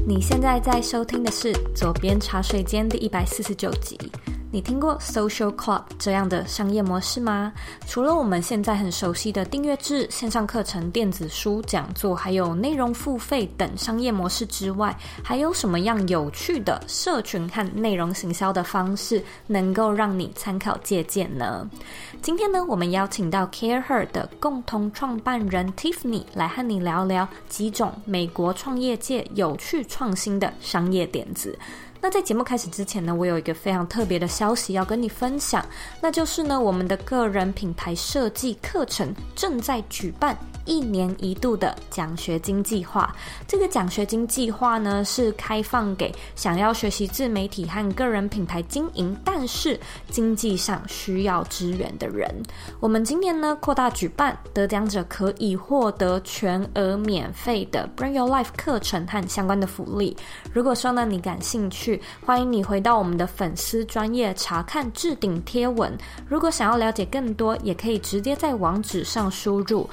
你现在在收听的是左边茶水间第149集。你听过 Social Club 这样的商业模式吗？除了我们现在很熟悉的订阅制、线上课程、电子书、讲座，还有内容付费等商业模式之外，还有什么样有趣的社群和内容行销的方式能够让你参考借鉴呢？今天呢，我们邀请到 CareHer 的共同创办人 Tiffany 来和你聊聊几种美国创业界有趣创新的商业点子。那在节目开始之前呢，我有一个非常特别的消息要跟你分享，那就是呢，我们的个人品牌设计课程正在举办1年1度的奖学金计划。这个奖学金计划呢，是开放给想要学习自媒体和个人品牌经营，但是经济上需要支援的人。我们今年呢扩大举办，得奖者可以获得全额免费的 Bring Your Life 课程和相关的福利。如果说呢你感兴趣，欢迎你回到我们的粉丝专页查看置顶贴文。如果想要了解更多，也可以直接在网址上输入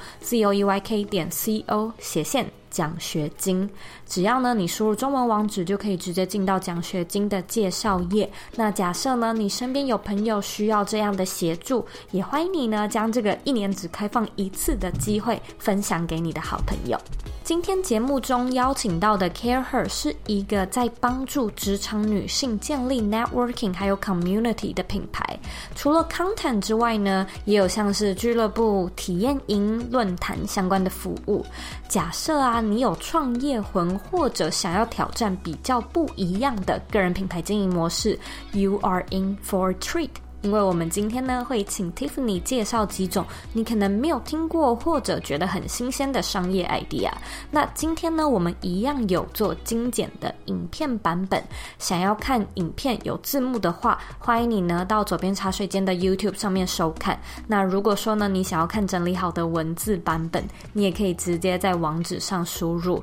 zoeyk.co/ 奖学金。只要呢你输入中文网址，就可以直接进到奖学金的介绍页。那假设呢你身边有朋友需要这样的协助，也欢迎你呢将这个1年只开放1次的机会分享给你的好朋友。今天节目中邀请到的 CareHer 是一个在帮助职场女性建立 networking 还有 community 的品牌。除了 content 之外呢，也有像是俱乐部、体验营、论坛相关的服务。假设啊你有创业魂，或者想要挑战比较不一样的个人品牌经营模式， You are in for a treat。因为我们今天呢会请 Tiffany 介绍几种你可能没有听过或者觉得很新鲜的商业 idea。 那今天呢我们一样有做精简的影片版本，想要看影片有字幕的话，欢迎你呢到左边茶水间的 YouTube 上面收看。那如果说呢你想要看整理好的文字版本，你也可以直接在网址上输入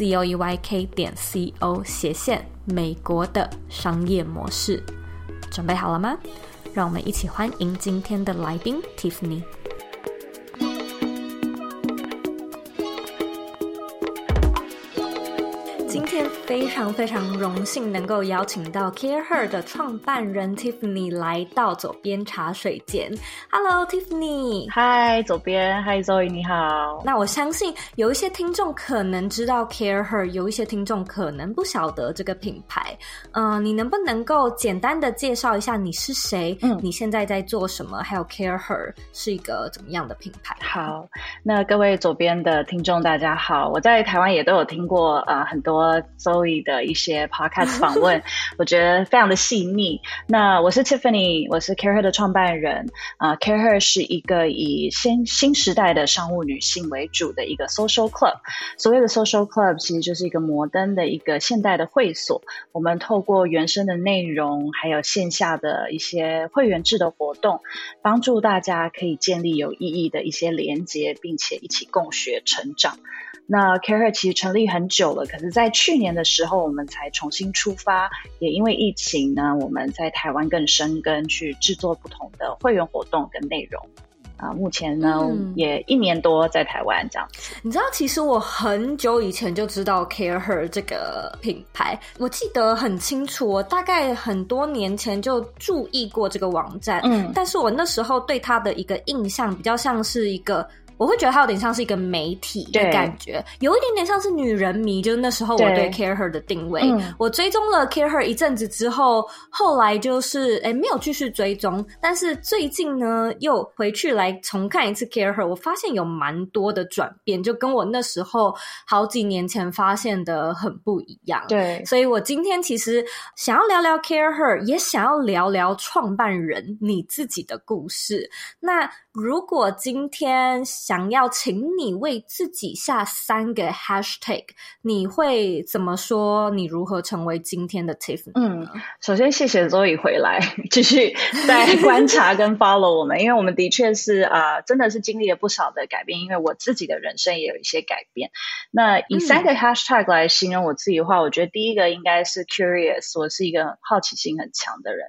zoeyk.co/ 美国的商业模式。准备好了吗？让我们一起欢迎今天的来宾 Tiffany。今天非常非常荣幸能够邀请到 CareHer 的创办人 Tiffany 来到左边茶水间。Hello Tiffany。 嗨，左边，嗨 Zoe 你好。 那我相信有一些听众可能知道 CareHer， 有一些听众可能不晓得这个品牌。你能不能够简单的介绍一下你是谁，你现在在做什么，还有 CareHer 是一个怎么样的品牌？ 好，那各位左边的听众大家好，我在台湾也都有听过很多Zoe 的一些 podcast 访问我觉得非常的细腻。那我是 Tiffany， 我是 CareHer 的创办人。CareHer 是一个以新时代的商务女性为主的一个 social club。 所谓的 social club 其实就是一个摩登的一个现代的会所，我们透过原生的内容还有线下的一些会员制的活动，帮助大家可以建立有意义的一些连结，并且一起共学成长。那 CareHer 其实成立很久了，可是在去年的时候我们才重新出发，也因为疫情呢，我们在台湾更深耕，去制作不同的会员活动跟内容。目前呢也1年多在台湾这样子。 你知道其实我很久以前就知道 CareHer 这个品牌，我记得很清楚，我大概很多年前就注意过这个网站。但是我那时候对它的一个印象比较像是一个，我会觉得它有点像是一个媒体的感觉，有一点点像是女人迷，就是那时候我对 CareHer 的定位。我追踪了 CareHer 一阵子之后，后来就是没有继续追踪，但是最近呢又回去来重看一次 CareHer， 我发现有蛮多的转变，就跟我那时候好几年前发现的很不一样。 对， 所以我今天其实想要聊聊 CareHer， 也想要聊聊创办人你自己的故事。那如果今天想要请你为自己下3个 hashtag， 你会怎么说？你如何成为今天的 Tiffany？ 首先谢谢 Zoe 回来继续在观察跟 follow 我们，因为我们的确是真的是经历了不少的改变，因为我自己的人生也有一些改变。那以3个 hashtag 来形容我自己的话，我觉得第一个应该是 curious， 我是一个好奇心很强的人。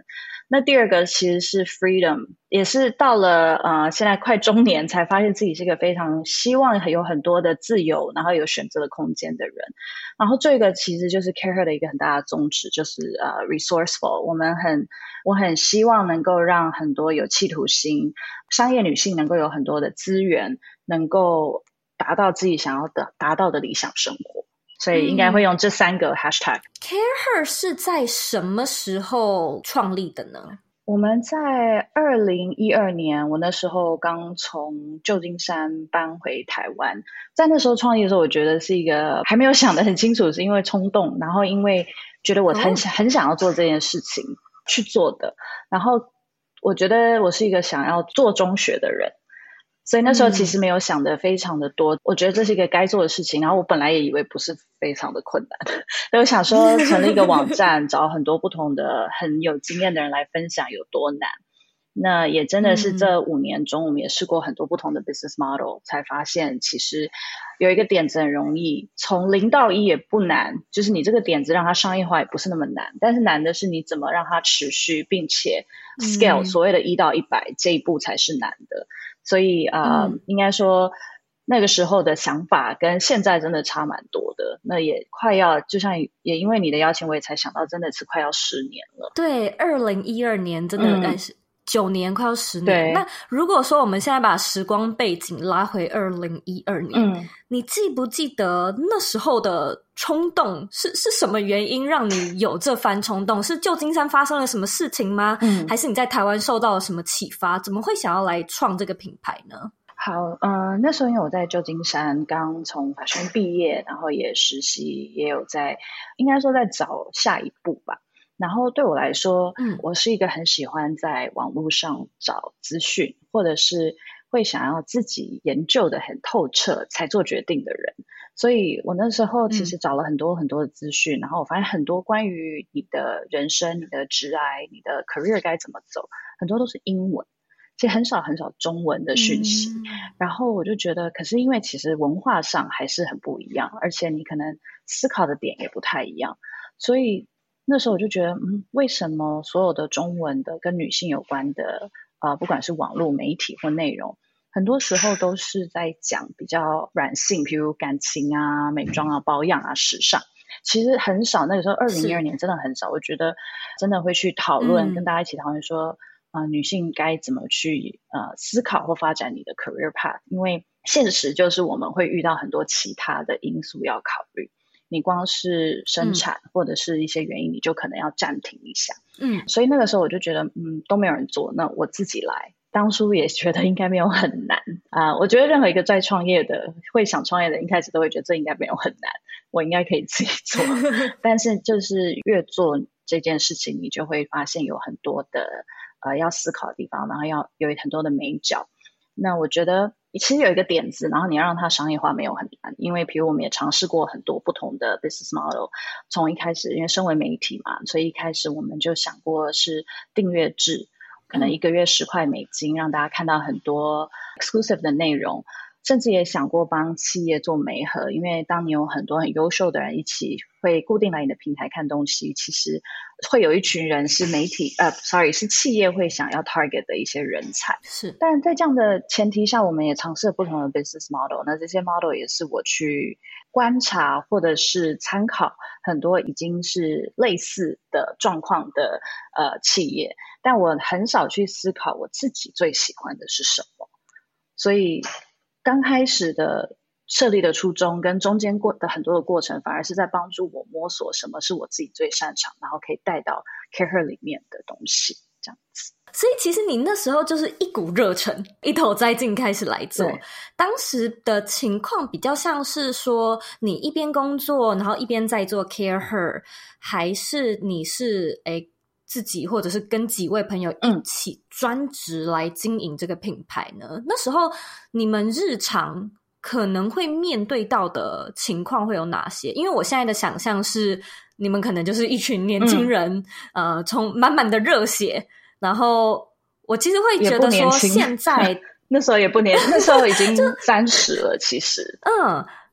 那第二个其实是 freedom， 也是到了现在快中年才发现自己是一个非常希望有很多的自由，然后有选择的空间的人。然后这个其实就是 CAREhER 的一个很大的宗旨，就是resourceful。我很希望能够让很多有企图心商业女性能够有很多的资源，能够达到自己想要达到的理想生活。所以应该会用这3个 hashtag。 CAREhER 是在什么时候创立的呢？ 我们在2012年，我那时候刚从旧金山搬回台湾，在那时候创立的时候，我觉得是一个还没有想得很清楚，是因为冲动，然后因为觉得我很想要做这件事情去做的，然后我觉得我是一个想要做中学的人，所以那时候其实没有想的非常的多，我觉得这是一个该做的事情，然后我本来也以为不是非常的困难，所以我想说成立一个网站，找很多不同的很有经验的人来分享有多难。那也真的是这5年中，我们也试过很多不同的 business model， 才发现其实有一个点子很容易，从0到1也不难，就是你这个点子让它商业化也不是那么难，但是难的是你怎么让它持续，并且 scale，所谓的1到100这一步才是难的。所以应该说那个时候的想法跟现在真的差蛮多的，那也快要，就像也因为你的邀请，我也才想到真的是快要10年了。对 ，2012年真的大概是9年，快要10年。那如果说我们现在把时光背景拉回2012年，你记不记得那时候的冲动是什么原因让你有这番冲动？是旧金山发生了什么事情吗？还是你在台湾受到了什么启发？怎么会想要来创这个品牌呢？ 好，那时候因为我在旧金山刚从法学院毕业，然后也实习，也有应该说在找下一步吧。然后对我来说，我是一个很喜欢在网络上找资讯，或者是会想要自己研究的很透彻才做决定的人。所以我那时候其实找了很多很多的资讯，然后我发现很多关于你的人生、你的职涯、你的 career 该怎么走，很多都是英文，其实很少很少中文的讯息。然后我就觉得，可是因为其实文化上还是很不一样，而且你可能思考的点也不太一样，所以那时候我就觉得为什么所有的中文的跟女性有关的不管是网络媒体或内容，很多时候都是在讲比较软性，比如感情啊、美妆啊、保养啊、时尚，其实很少。那个时候2012年真的很少，我觉得真的会去讨论，跟大家一起讨论说女性该怎么去思考或发展你的 career path， 因为现实就是我们会遇到很多其他的因素要考虑，你光是生产或者是一些原因，你就可能要暂停一下。所以那个时候我就觉得都没有人做，那我自己来。当初也觉得应该没有很难我觉得任何一个在创业的会想创业的，一开始都会觉得这应该没有很难，我应该可以自己做但是就是越做这件事情，你就会发现有很多的要思考的地方，然后要有很多的眉角。那我觉得其实有一个点子，然后你要让它商业化没有很难，因为比如我们也尝试过很多不同的 business model。 从一开始因为身为媒体嘛，所以一开始我们就想过是订阅制，可能1个月$10让大家看到很多 exclusive 的内容，甚至也想过帮企业做媒合，因为当你有很多很优秀的人一起会固定来你的平台看东西，其实会有一群人是是企业会想要 target 的一些人才。 是， 但在这样的前提下，我们也尝试了不同的 business model， 那这些 model 也是我去观察或者是参考很多已经是类似的状况的企业，但我很少去思考我自己最喜欢的是什么。所以刚开始的设立的初衷跟中间的很多的过程，反而是在帮助我摸索什么是我自己最擅长，然后可以带到 CAREhER 里面的东西，这样子。 所以其实你那时候就是一股热忱，一头栽进开始来做。当时的情况比较像是说你一边工作然后一边在做 CAREhER， 还是你是自己或者是跟几位朋友一起专职来经营这个品牌呢？那时候你们日常可能会面对到的情况会有哪些？因为我现在的想象是你们可能就是一群年轻人从满满的热血，然后我其实会觉得说现在那时候也不年那时候已经30了其实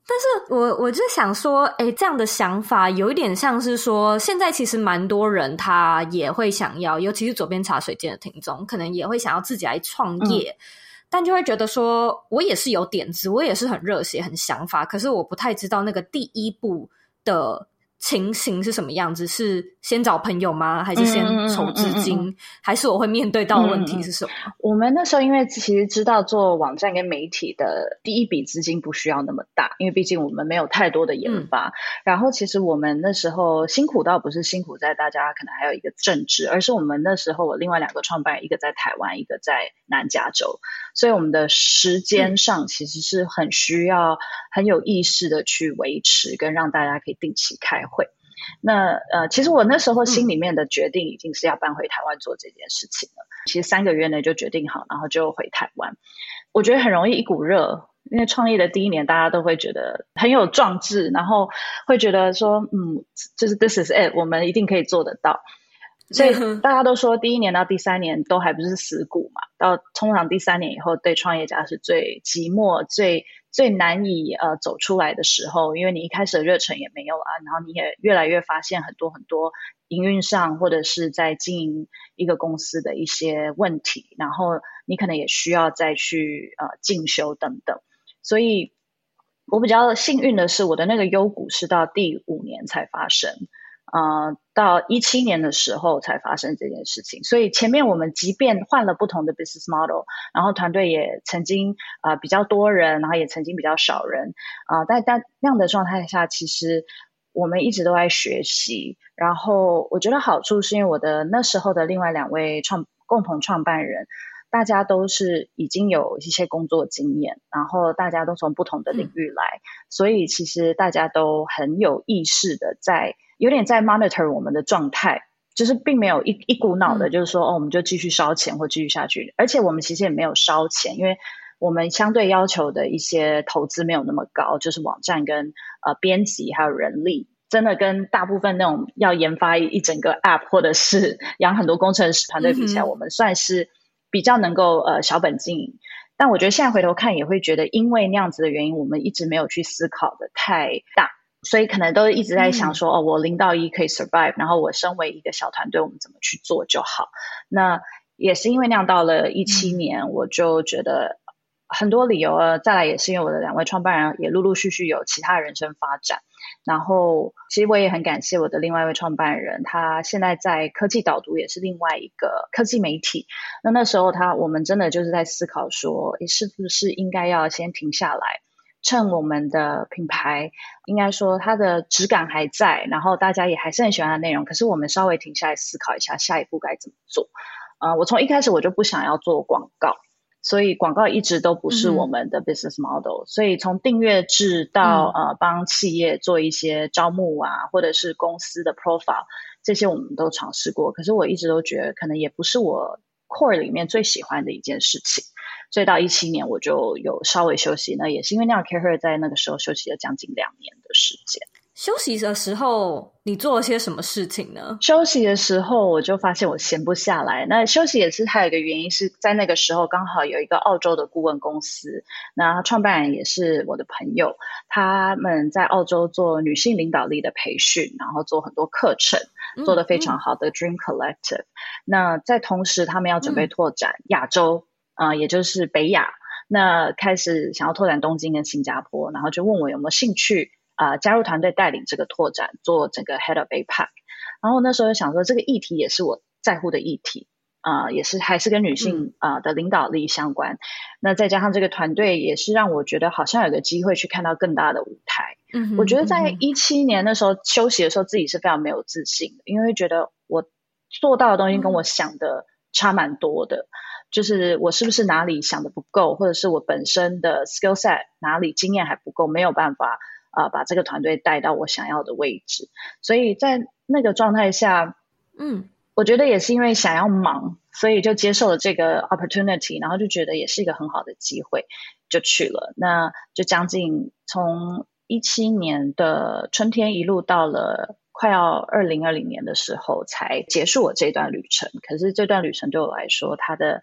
但是我就想说，这样的想法有一点像是说，现在其实蛮多人他也会想要，尤其是左边茶水间的听众，可能也会想要自己来创业，但就会觉得说，我也是有点子，我也是很热血、很想法，可是我不太知道那个第一步的情形是什么样子，是先找朋友吗？还是先筹资金？还是我会面对到的问题是什么？ 我们那时候因为其实知道做网站跟媒体的第一笔资金不需要那么大，因为毕竟我们没有太多的研发。然后其实我们那时候辛苦倒不是辛苦在大家可能还有一个政治，而是我们那时候我另外2个创办人，一个在台湾，一个在南加州，所以我们的时间上其实是很需要很有意识的去维持，跟让大家可以定期开会。那其实我那时候心里面的决定已经是要搬回台湾做这件事情了，其实3个月内就决定好，然后就回台湾。我觉得很容易一股热，因为创业的第一年大家都会觉得很有壮志，然后会觉得说就是 this is it， 我们一定可以做得到。所以大家都说第1年到第3年都还不是死谷嘛，到通常第3年以后对创业家是最寂寞、最难以走出来的时候，因为你一开始的热忱也没有了，然后你也越来越发现很多很多营运上或者是在经营一个公司的一些问题，然后你可能也需要再去进修等等。所以我比较幸运的是，我的那个幽谷是到第5年才发生。到17年的时候才发生这件事情，所以前面我们即便换了不同的 business model， 然后团队也曾经比较多人，然后也曾经比较少人但那样的状态下，其实我们一直都在学习。然后我觉得好处是因为我的那时候的另外2位共同创办人，大家都是已经有一些工作经验，然后大家都从不同的领域来，所以其实大家都很有意识的有点在 monitor 我们的状态，就是并没有一股脑的就是说我们就继续烧钱或继续下去。而且我们其实也没有烧钱，因为我们相对要求的一些投资没有那么高，就是网站跟编辑还有人力，真的跟大部分那种要研发一整个 app 或者是养很多工程师团队比起来，我们算是比较能够小本经营。但我觉得现在回头看也会觉得，因为那样子的原因，我们一直没有去思考的太大，所以可能都一直在想说我0到1可以 survive， 然后我身为一个小团队我们怎么去做就好。那也是因为那样，到了17年我就觉得很多理由再来也是因为我的2位创办人也陆陆续续有其他人生发展。然后其实我也很感谢我的另外一位创办人，他现在在科技导读也是另外一个科技媒体。那时候我们真的就是在思考说是不是应该要先停下来，趁我们的品牌应该说它的质感还在，然后大家也还是很喜欢的内容，可是我们稍微停下来思考一下下一步该怎么做。我从一开始我就不想要做广告，所以广告一直都不是我们的 business model，所以从订阅制到帮企业做一些招募或者是公司的 profile， 这些我们都尝试过，可是我一直都觉得可能也不是我 core 里面最喜欢的一件事情，所以到17年我就有稍微休息。那也是因为那样 CareHer 在那个时候休息了将近2年的时间。 休息的时候你做了些什么事情呢？ 休息的时候我就发现我闲不下来。那休息也是还有一个原因，是在那个时候刚好有一个澳洲的顾问公司，那创办人也是我的朋友，他们在澳洲做女性领导力的培训，然后做很多课程，做得非常好的 Dream Collective。那在同时他们要准备拓展亚洲也就是北亚，那开始想要拓展东京跟新加坡，然后就问我有没有兴趣加入团队带领这个拓展，做整个 Head of APAC。 然后那时候就想说这个议题也是我在乎的议题也是还是跟女性的领导力相关。那再加上这个团队也是让我觉得好像有个机会去看到更大的舞台。我觉得在17年那时候休息的时候自己是非常没有自信的，因为觉得我做到的东西跟我想的差蛮多的，就是我是不是哪里想的不够，或者是我本身的 skill set 哪里经验还不够，没有办法把这个团队带到我想要的位置。所以在那个状态下我觉得也是因为想要忙，所以就接受了这个 opportunity， 然后就觉得也是一个很好的机会，就去了。那就将近从17年的春天一路到了快要2020年的时候才结束我这段旅程。可是这段旅程对我来说，它的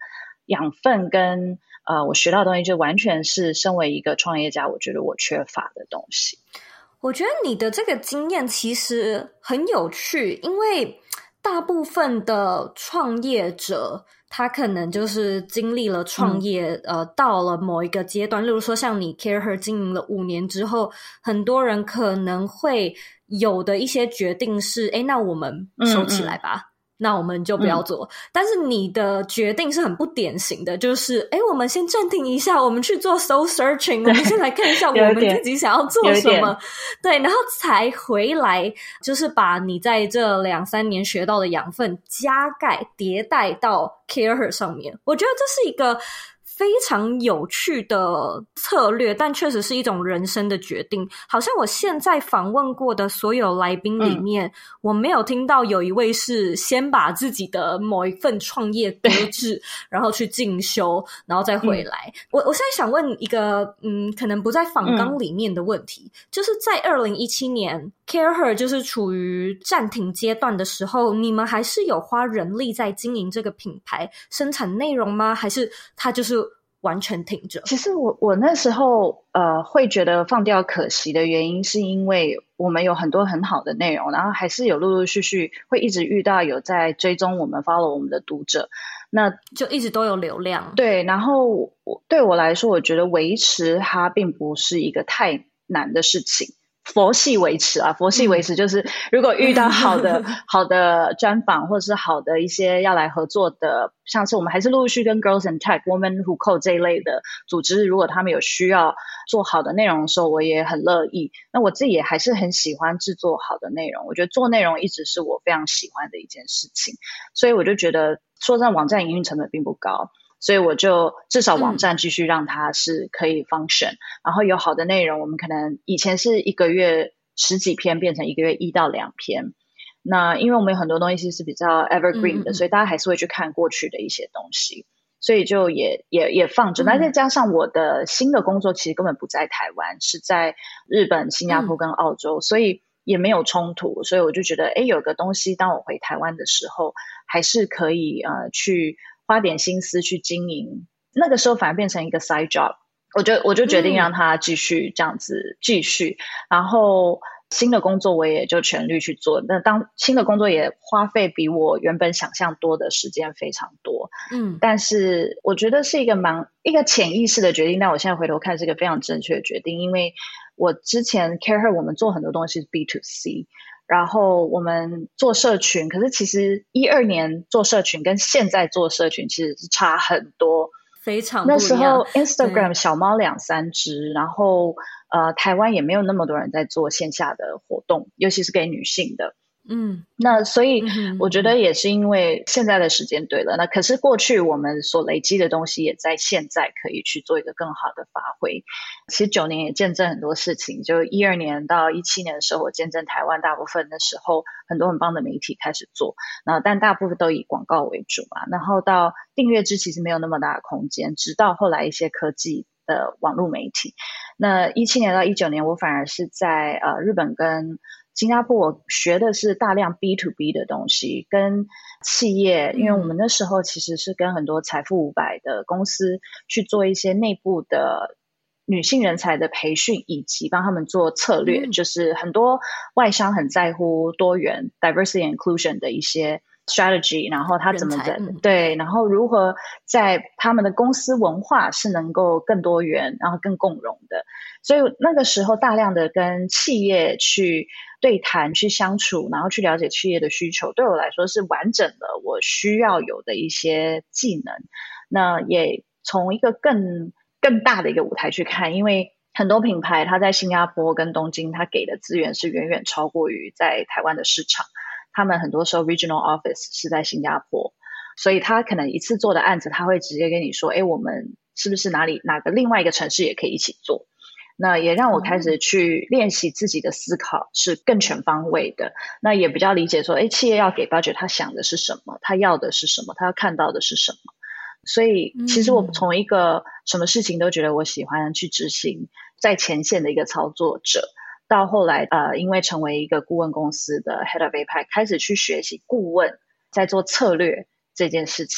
养分跟我学到的东西就完全是身为一个创业家我觉得我缺乏的东西。 我觉得你的这个经验其实很有趣，因为大部分的创业者他可能就是经历了创业到了某一个阶段，例如说像你 CareHer 经营了5年之后，很多人可能会有的一些决定是那我们收起来吧，那我们就不要做。但是你的决定是很不典型的，就是我们先暂停一下，我们去做 soul searching， 我们先来看一下我们自己想要做什么，对，然后才回来，就是把你在这2-3年学到的养分加盖迭代到 CareHer 上面。我觉得这是一个非常有趣的策略，但确实是一种人生的决定。好像我现在访问过的所有来宾里面，我没有听到有一位是先把自己的某一份创业搁置，然后去进修，然后再回来。我现在想问一个可能不在访纲里面的问题，就是在2017年 CareHer 就是处于暂停阶段的时候，你们还是有花人力在经营这个品牌生产内容吗？还是它就是完全停着？ 其实我那时候会觉得放掉可惜的原因是因为我们有很多很好的内容，然后还是有陆陆续续会一直遇到有在追踪我们 follow 我们的读者，那就一直都有流量。 对，然后对我来说我觉得维持它并不是一个太难的事情，佛系维持啊，佛系维持就是如果遇到好的好的专访或者是好的一些要来合作的，像是我们还是陆续跟 Girls in Tech Women Who Code 这一类的组织，如果他们有需要做好的内容的时候，我也很乐意。那我自己也还是很喜欢制作好的内容，我觉得做内容一直是我非常喜欢的一件事情，所以我就觉得说真的网站营运成本并不高，所以我就至少网站继续让它是可以 function，然后有好的内容，我们可能以前是一个月10几篇变成一个月1到2篇，那因为我们有很多东西是比较 evergreen 的，所以大家还是会去看过去的一些东西，所以就也放着。那再加上我的新的工作其实根本不在台湾，是在日本、新加坡跟澳洲，所以也没有冲突，所以我就觉得有个东西当我回台湾的时候还是可以去花点心思去经营，那个时候反而变成一个 side job， 我就决定让他继续这样子继续，然后新的工作我也就全力去做，那当新的工作也花费比我原本想象多的时间非常多，但是我觉得是一个潜意识的决定，但我现在回头看是一个非常正确的决定，因为我之前 CareHer 我们做很多东西是 B2C，然后我们做社群，可是其实12年做社群跟现在做社群其实是差很多， 非常不一样。 那时候 Instagram 小猫2-3只，然后台湾也没有那么多人在做线下的活动，尤其是给女性的。那所以我觉得也是因为现在的时间对了，那可是过去我们所累积的东西也在现在可以去做一个更好的发挥。其实9年也见证很多事情，就12年到17年的时候，我见证台湾大部分的时候很多很棒的媒体开始做，但大部分都以广告为主嘛，然后到订阅制其实没有那么大的空间，直到后来一些科技的网络媒体。那17年到19年我反而是在日本跟新加坡，我学的是大量 B2B 的东西，跟企业，因为我们那时候其实是跟很多财富500的公司去做一些内部的女性人才的培训，以及帮他们做策略，就是很多外商很在乎多元 diversity and inclusion 的一些 strategy， 然后他怎么对，然后如何在他们的公司文化是能够更多元，然后更共融的，所以那个时候大量的跟企业去对谈去相处，然后去了解企业的需求，对我来说是完整的我需要有的一些技能，那也从一个更大的一个舞台去看，因为很多品牌它在新加坡跟东京它给的资源是远远超过于在台湾的市场，他们很多时候 regional office 是在新加坡，所以他可能一次做的案子他会直接跟你说我们是不是哪个另外一个城市也可以一起做，那也让我开始去练习自己的思考是更全方位的，那也比较理解说企业要给 budget 他想的是什么，他要的是什么，他要看到的是什么，所以其实我从一个什么事情都觉得我喜欢去执行在前线的一个操作者，到后来因为成为一个顾问公司的 Head of APAC， 开始去学习顾问在做策略这件事情，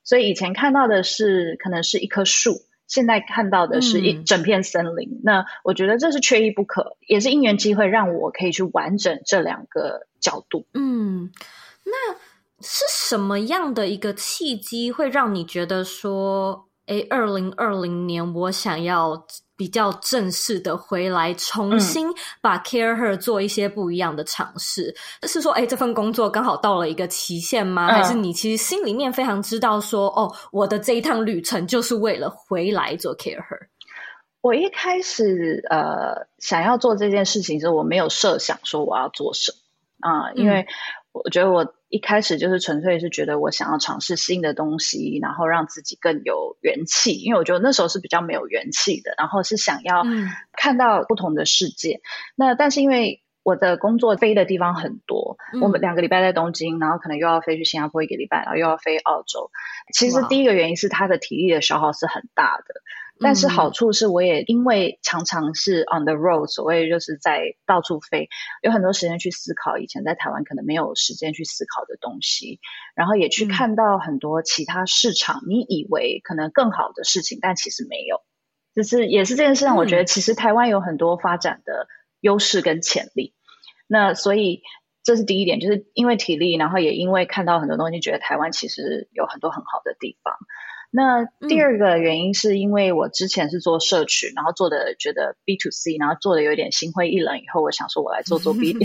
所以以前看到的是可能是一棵树，现在看到的是一整片森林。那我觉得这是缺一不可，也是因缘机会让我可以去完整这两个角度。 那是什么样的一个契机会让你觉得说2020年我想要比较正式的回来重新把 Care Her 做一些不一样的尝试？是说这份工作刚好到了一个期限吗？还是你其实心里面非常知道说我的这一趟旅程就是为了回来做 Care Her？ 我一开始想要做这件事情的时候，我没有设想说我要做什么因为我觉得我一开始就是纯粹是觉得我想要尝试新的东西，然后让自己更有元气，因为我觉得那时候是比较没有元气的，然后是想要看到不同的世界。那但是因为我的工作飞的地方很多，我们2个礼拜在东京，然后可能又要飞去新加坡1个礼拜，然后又要飞澳洲。其实第一个原因是它的体力的消耗是很大的，但是好处是我也因为常常是 on the road， 所谓就是在到处飞，有很多时间去思考以前在台湾可能没有时间去思考的东西，然后也去看到很多其他市场你以为可能更好的事情，但其实没有。就是也是这件事让我觉得其实台湾有很多发展的优势跟潜力。那所以这是第一点，就是因为体力，然后也因为看到很多东西，觉得台湾其实有很多很好的地方。那第二个原因是因为我之前是做社群，然后做的觉得 B2C， 然后做的有点心灰意冷，以后我想说我来做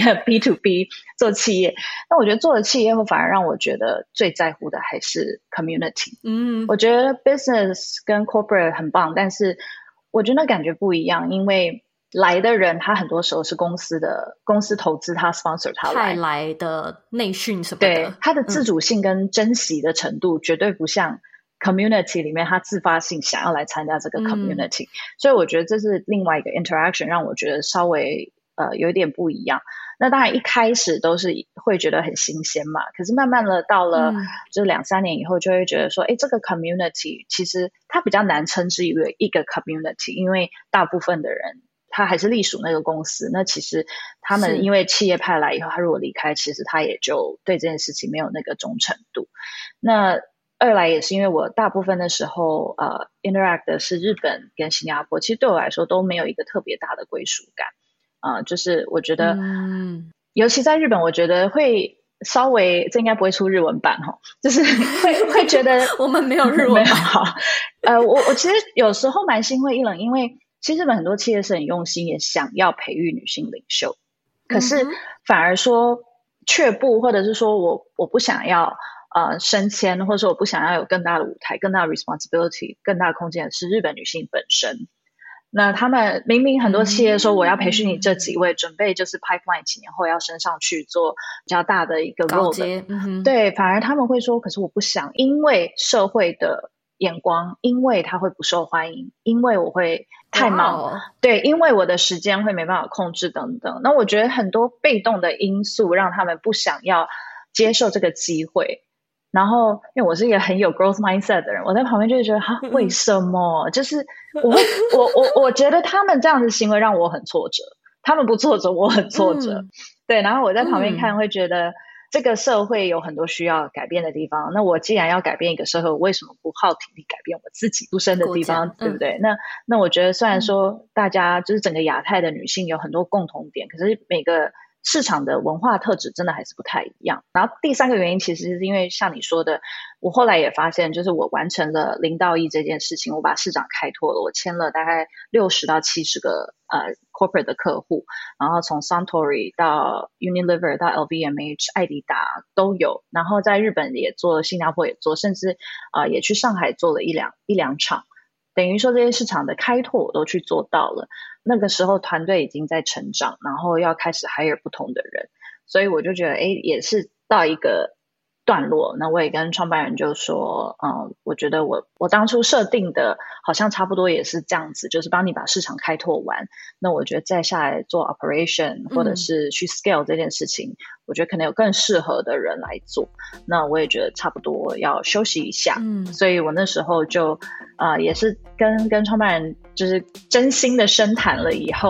B2B 做企业。那我觉得做了企业后反而让我觉得最在乎的还是 community。我觉得 business 跟 corporate 很棒，但是我觉得那感觉不一样，因为来的人他很多时候是公司投资他 sponsor 他派来的内训什么的， 对，他的自主性跟珍惜的程度绝对不像community 里面他自发性想要来参加这个 community，所以我觉得这是另外一个 interaction 让我觉得稍微有一点不一样。那当然一开始都是会觉得很新鲜嘛，可是慢慢的到了就2-3年以后就会觉得说这个 community 其实它比较难称之为一个 community， 因为大部分的人他还是隶属那个公司，那其实他们因为企业派来以后，他如果离开，其实他也就对这件事情没有那个忠诚度。那二来也是因为我大部分的时候interact 的是日本跟新加坡，其实对我来说都没有一个特别大的归属感就是我觉得尤其在日本我觉得会稍微，这应该不会出日文版就是会觉得我们没有日文版好我其实有时候蛮心灰意冷，因为其实日本很多企业是很用心也想要培育女性领袖，可是反而说却步，或者是说我不想要升迁，或者说我不想要有更大的舞台，更大的 responsibility， 更大的空间的是日本女性本身。那他们明明很多企业说我要培训你这几位，准备就是 pipeline 几年后要升上去做比较大的一个 role 对，反而他们会说可是我不想，因为社会的眼光，因为他会不受欢迎，因为我会太忙对，因为我的时间会没办法控制等等。那我觉得很多被动的因素让他们不想要接受这个机会。然后因为我是一个很有 growth mindset 的人，我在旁边就会觉得为什么就是我觉得他们这样的行为让我很挫折，他们不挫折我很挫折对，然后我在旁边看会觉得这个社会有很多需要改变的地方，那我既然要改变一个社会，我为什么不耗体力改变我自己出生的地方对不对那我觉得虽然说大家就是整个亚太的女性有很多共同点，可是每个市场的文化特质真的还是不太一样。然后第三个原因其实是因为像你说的，我后来也发现就是我完成了0到1这件事情，我把市场开拓了，我签了大概60到70个corporate 的客户，然后从 Suntory 到 Unilever 到 LVMH 艾迪达都有，然后在日本也做，新加坡也做，甚至也去上海做了一两场，等于说这些市场的开拓我都去做到了。那个时候团队已经在成长，然后要开始 hire 不同的人，所以我就觉得也是到一个段落。那我也跟创办人就说我觉得我当初设定的好像差不多也是这样子，就是帮你把市场开拓完，那我觉得再下来做 operation 或者是去 scale 这件事情我觉得可能有更适合的人来做，那我也觉得差不多要休息一下所以我那时候就也是跟创办人就是真心的深谈了以后，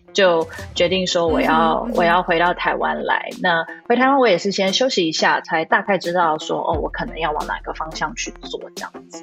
就决定说我要回到台湾来。那回台湾我也是先休息一下，才大概知道说我可能要往哪个方向去做这样子。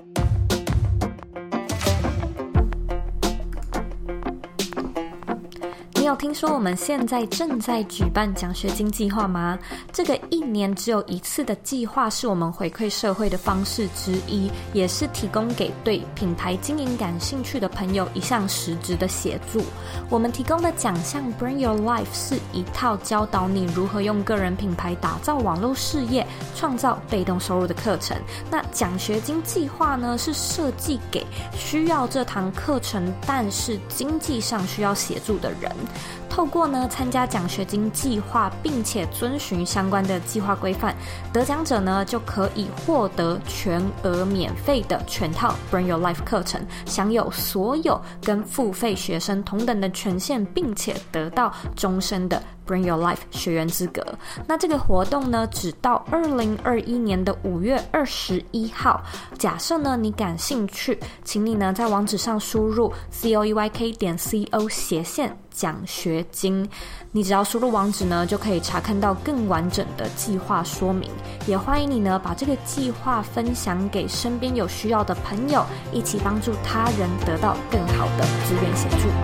你有听说我们现在正在举办奖学金计划吗？这个1年只有1次的计划是我们回馈社会的方式之一，也是提供给对品牌经营感兴趣的朋友一项实质的协助。我们提供的奖项 Bring Your Life 是一套教导你如何用个人品牌打造网络事业，创造被动收入的课程。那奖学金计划呢，是设计给需要这堂课程但是经济上需要协助的人。透过呢参加奖学金计划，并且遵循相关的计划规范，得奖者呢就可以获得全额免费的全套 Bring Your Life 课程，享有所有跟付费学生同等的权限，并且得到终身的Bring Your Life 学员资格。那这个活动呢，只到2021年的5月21号。假设呢你感兴趣，请你呢在网址上输入 coeyk.co/ 奖学金，你只要输入网址呢，就可以查看到更完整的计划说明。也欢迎你呢把这个计划分享给身边有需要的朋友，一起帮助他人得到更好的资源协助。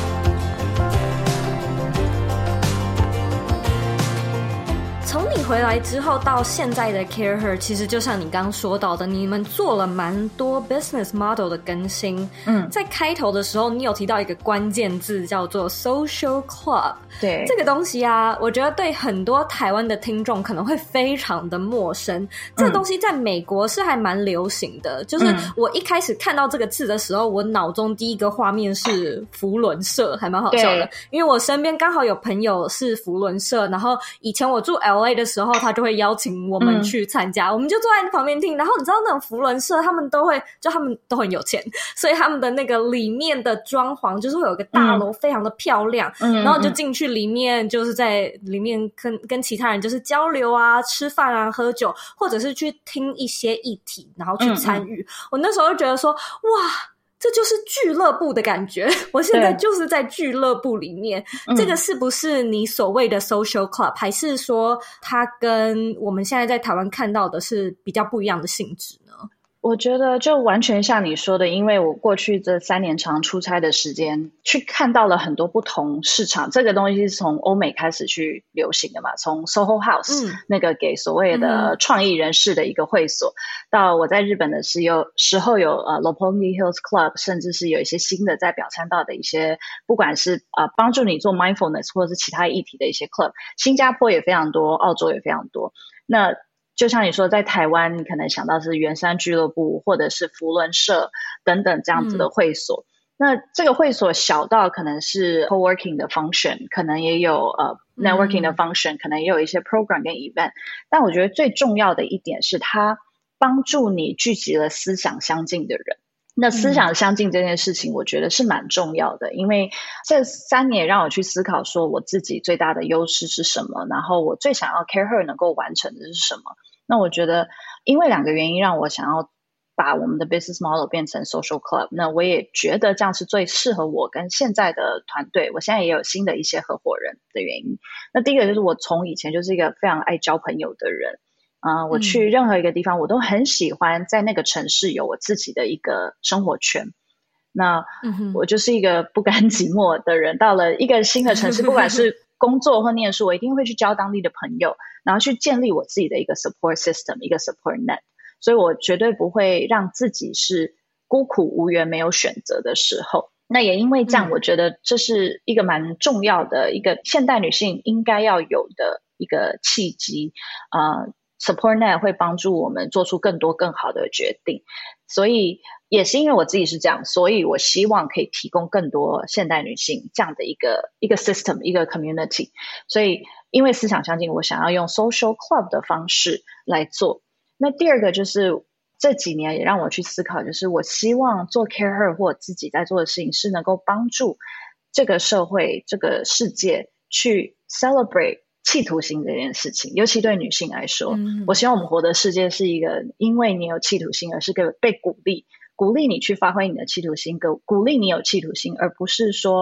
从你回来之后到现在的 CareHer， 其实就像你刚刚说到的，你们做了蛮多 business model 的更新。在开头的时候你有提到一个关键字叫做 social club。 对， 这个东西啊，我觉得对很多台湾的听众可能会非常的陌生。这个东西在美国是还蛮流行的，就是我一开始看到这个字的时候，我脑中第一个画面是扶轮社，还蛮好笑的。因为我身边刚好有朋友是扶轮社，然后以前我住 LA 的时候，他就会邀请我们去参加，我们就坐在旁边听。然后你知道那种扶轮社他们都很有钱，所以他们的那个里面的装潢就是会有一个大楼，非常的漂亮。然后就进去里面，就是在里面跟其他人就是交流啊、吃饭啊、喝酒，或者是去听一些议题，然后去参与。我那时候就觉得说，哇，这就是俱乐部的感觉，我现在就是在俱乐部里面。这个是不是你所谓的 social club， 还是说它跟我们现在在台湾看到的是比较不一样的性质呢？ 我觉得就完全像你说的，因为我过去这3年长出差的时间，去看到了很多不同市场。这个东西是从欧美开始去流行的嘛，从 Soho House、那个给所谓的创意人士的一个会所，到我在日本的时候有Roppongi Hills Club， 甚至是有一些新的在表参道的一些，不管是帮助你做 mindfulness 或者是其他议题的一些 club。新加坡也非常多，澳洲也非常多。那就像你说，在台湾你可能想到是圆山俱乐部或者是扶轮社等等这样子的会所。那这个会所小到可能是 co-working 的 function， 可能也有networking 的 function， 可能也有一些 program 跟 event。但我觉得最重要的一点是它帮助你聚集了思想相近的人。那思想相近这件事情我觉得是蛮重要的，因为这3年让我去思考说我自己最大的优势是什么，然后我最想要 CareHer 能够完成的是什么。那我觉得因为2个原因让我想要把我们的 business model 变成 social club， 那我也觉得这样是最适合我跟现在的团队，我现在也有新的一些合伙人的原因。那第一个就是我从以前就是一个非常爱交朋友的人，我去任何一个地方我都很喜欢在那个城市有我自己的一个生活圈。那我就是一个不甘寂寞的人，到了一个新的城市不管是工作或念书，我一定会去交当地的朋友，然后去建立我自己的一个 support system， 一个 support net。 所以我绝对不会让自己是孤苦无援没有选择的时候。那也因为这样，我觉得这是一个蛮重要的一个现代女性应该要有的一个契机。support net 会帮助我们做出更多更好的决定，所以也是因为我自己是这样，所以我希望可以提供更多现代女性这样的一个 system， 一个 community。 所以因为思想相近，我想要用 social club 的方式来做。那第二个就是这几年也让我去思考，就是我希望做 CareHer 或自己在做的事情是能够帮助这个社会这个世界去 celebrate企图心这件事情。尤其对女性来说，我希望我们活的世界是一个因为你有企图心而是个被鼓励你去发挥你的企图心，鼓励你有企图心，而不是说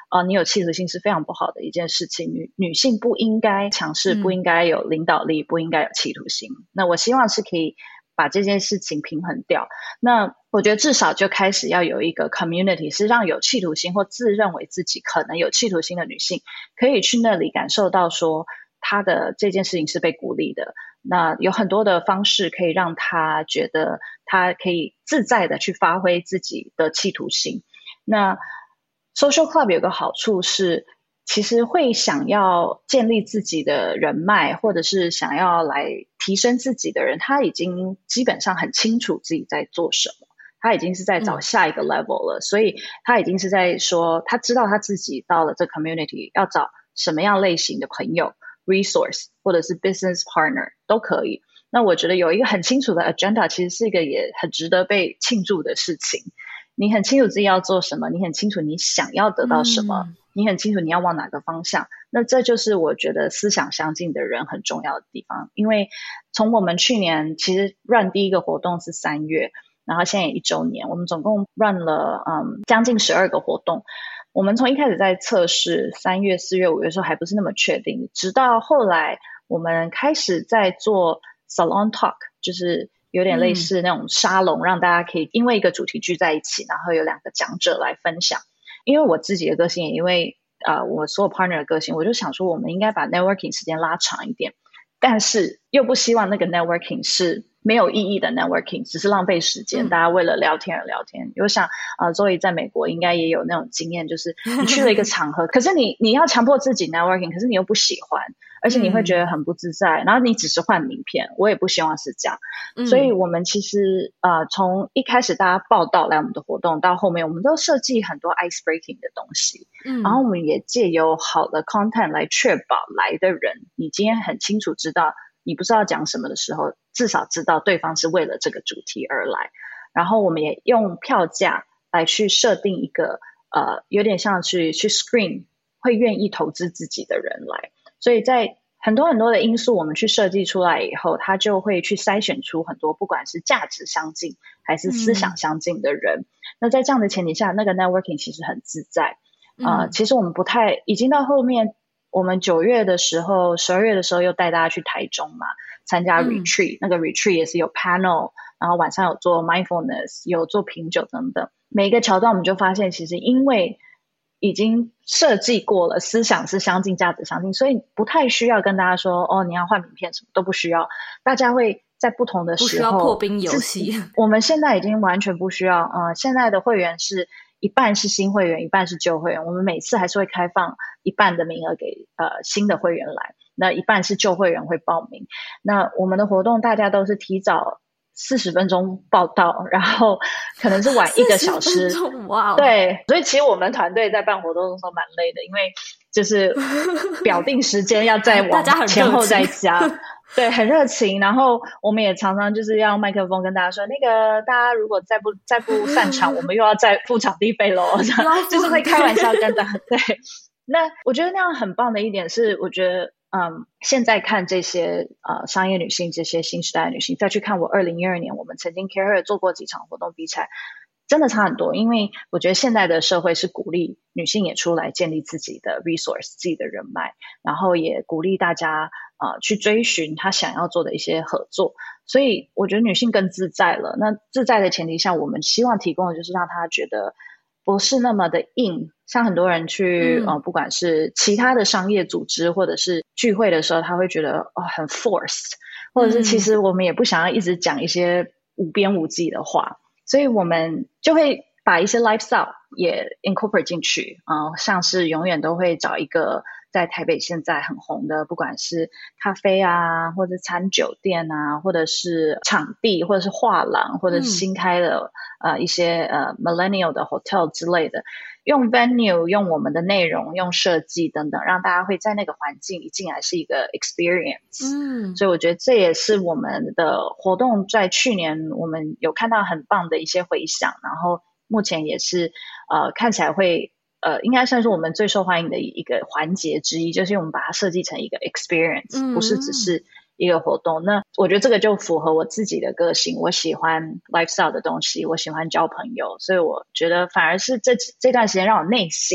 你有企图心是非常不好的一件事情。女性不应该强势，不应该有领导力，不应该有企图心。那我希望是可以把这件事情平衡掉。那我觉得至少就开始要有一个 community， 是让有企图心或自认为自己可能有企图心的女性可以去那里感受到说她的这件事情是被鼓励的。那有很多的方式可以让她觉得她可以自在的去发挥自己的企图心。那 social club 有个好处是，其实会想要建立自己的人脉，或者是想要来提升自己的人，他已经基本上很清楚自己在做什么，他已经是在找下一个 level 了，所以他已经是在说他知道他自己到了这 community 要找什么样类型的朋友 resource 或者是 business partner 都可以。那我觉得有一个很清楚的 agenda 其实是一个也很值得被庆祝的事情。你很清楚自己要做什么，你很清楚你想要得到什么，你很清楚你要往哪个方向，那这就是我觉得思想相近的人很重要的地方。因为从我们去年其实 run 第一个活动是3月，然后现在也1周年，我们总共 run 了将近12个活动。我们从一开始在测试3月4月5月的时候还不是那么确定，直到后来我们开始在做 salon talk， 就是有点类似那种沙龙，让大家可以因为一个主题聚在一起，然后有2个讲者来分享。因为我自己的个性，也因为我所有 partner 的个性，我就想说我们应该把 networking 时间拉长一点，但是又不希望那个 networking 是没有意义的 networking， 只是浪费时间，大家为了聊天而聊天。我想Zoe 在美国应该也有那种经验，就是你去了一个场合可是你要强迫自己 networking， 可是你又不喜欢，而且你会觉得很不自在，然后你只是换名片，我也不希望是这样。所以我们其实从一开始大家报道来我们的活动到后面，我们都设计很多 ice breaking 的东西，然后我们也借由好的 content 来确保来的人，你今天很清楚知道你不知道讲什么的时候，至少知道对方是为了这个主题而来。然后我们也用票价来去设定一个有点像去 screen 会愿意投资自己的人来。所以在很多很多的因素我们去设计出来以后，他就会去筛选出很多不管是价值相近还是思想相近的人。那在这样的前提下，那个 networking 其实很自在。其实我们不太已经到后面，我们9月的时候12月的时候又带大家去台中嘛，参加 retreat，那个 retreat 也是有 panel， 然后晚上有做 mindfulness， 有做品酒等等。每一个桥段我们就发现，其实因为已经设计过了，思想是相近，价值相近，所以不太需要跟大家说你要换名片，什么都不需要。大家会在不同的时候， 不需要破冰游戏。 我们现在已经完全不需要。现在的会员是一半是新会员，一半是旧会员。我们每次还是会开放一半的名额给新的会员来，那一半是旧会员会报名。那我们的活动大家都是提早40分钟报到，然后可能是晚1个小时。 哇， 对，所以其实我们团队在办活动的时候蛮累的，因为就是表定时间要再往前后再加。对，很热情。然后我们也常常就是要麦克风跟大家说，那个大家如果再不散场，我们又要再付场地费咯。就是会开玩笑跟大家。对，那我觉得那样很棒的一点是，我觉得现在看这些商业女性，这些新时代的女性，再去看我2012年我们曾经 CARE 做过几场活动比起来，真的差很多。因为我觉得现在的社会是鼓励女性也出来建立自己的 resource， 自己的人脉，然后也鼓励大家去追寻她想要做的一些合作。所以我觉得女性更自在了。那自在的前提下，我们希望提供的就是让她觉得不是那么的硬。像很多人去不管是其他的商业组织或者是聚会的时候，他会觉得很 forced， 或者是其实我们也不想要一直讲一些无边无际的话，所以我们就会把一些 lifestyle 也 incorporate 进去。像是永远都会找一个在台北现在很红的，不管是咖啡啊，或者餐酒店啊，或者是场地，或者是画廊，或者是新开的一些millennial 的 hotel 之类的，用 venue， 用我们的内容，用设计等等，让大家会在那个环境一进来是一个 experience。所以我觉得这也是我们的活动在去年我们有看到很棒的一些回响，然后目前也是看起来会应该算是我们最受欢迎的一个环节之一，就是我们把它设计成一个 experience，不是只是一个活动。那我觉得这个就符合我自己的个性，我喜欢 lifestyle 的东西，我喜欢交朋友，所以我觉得反而是这段时间让我内省。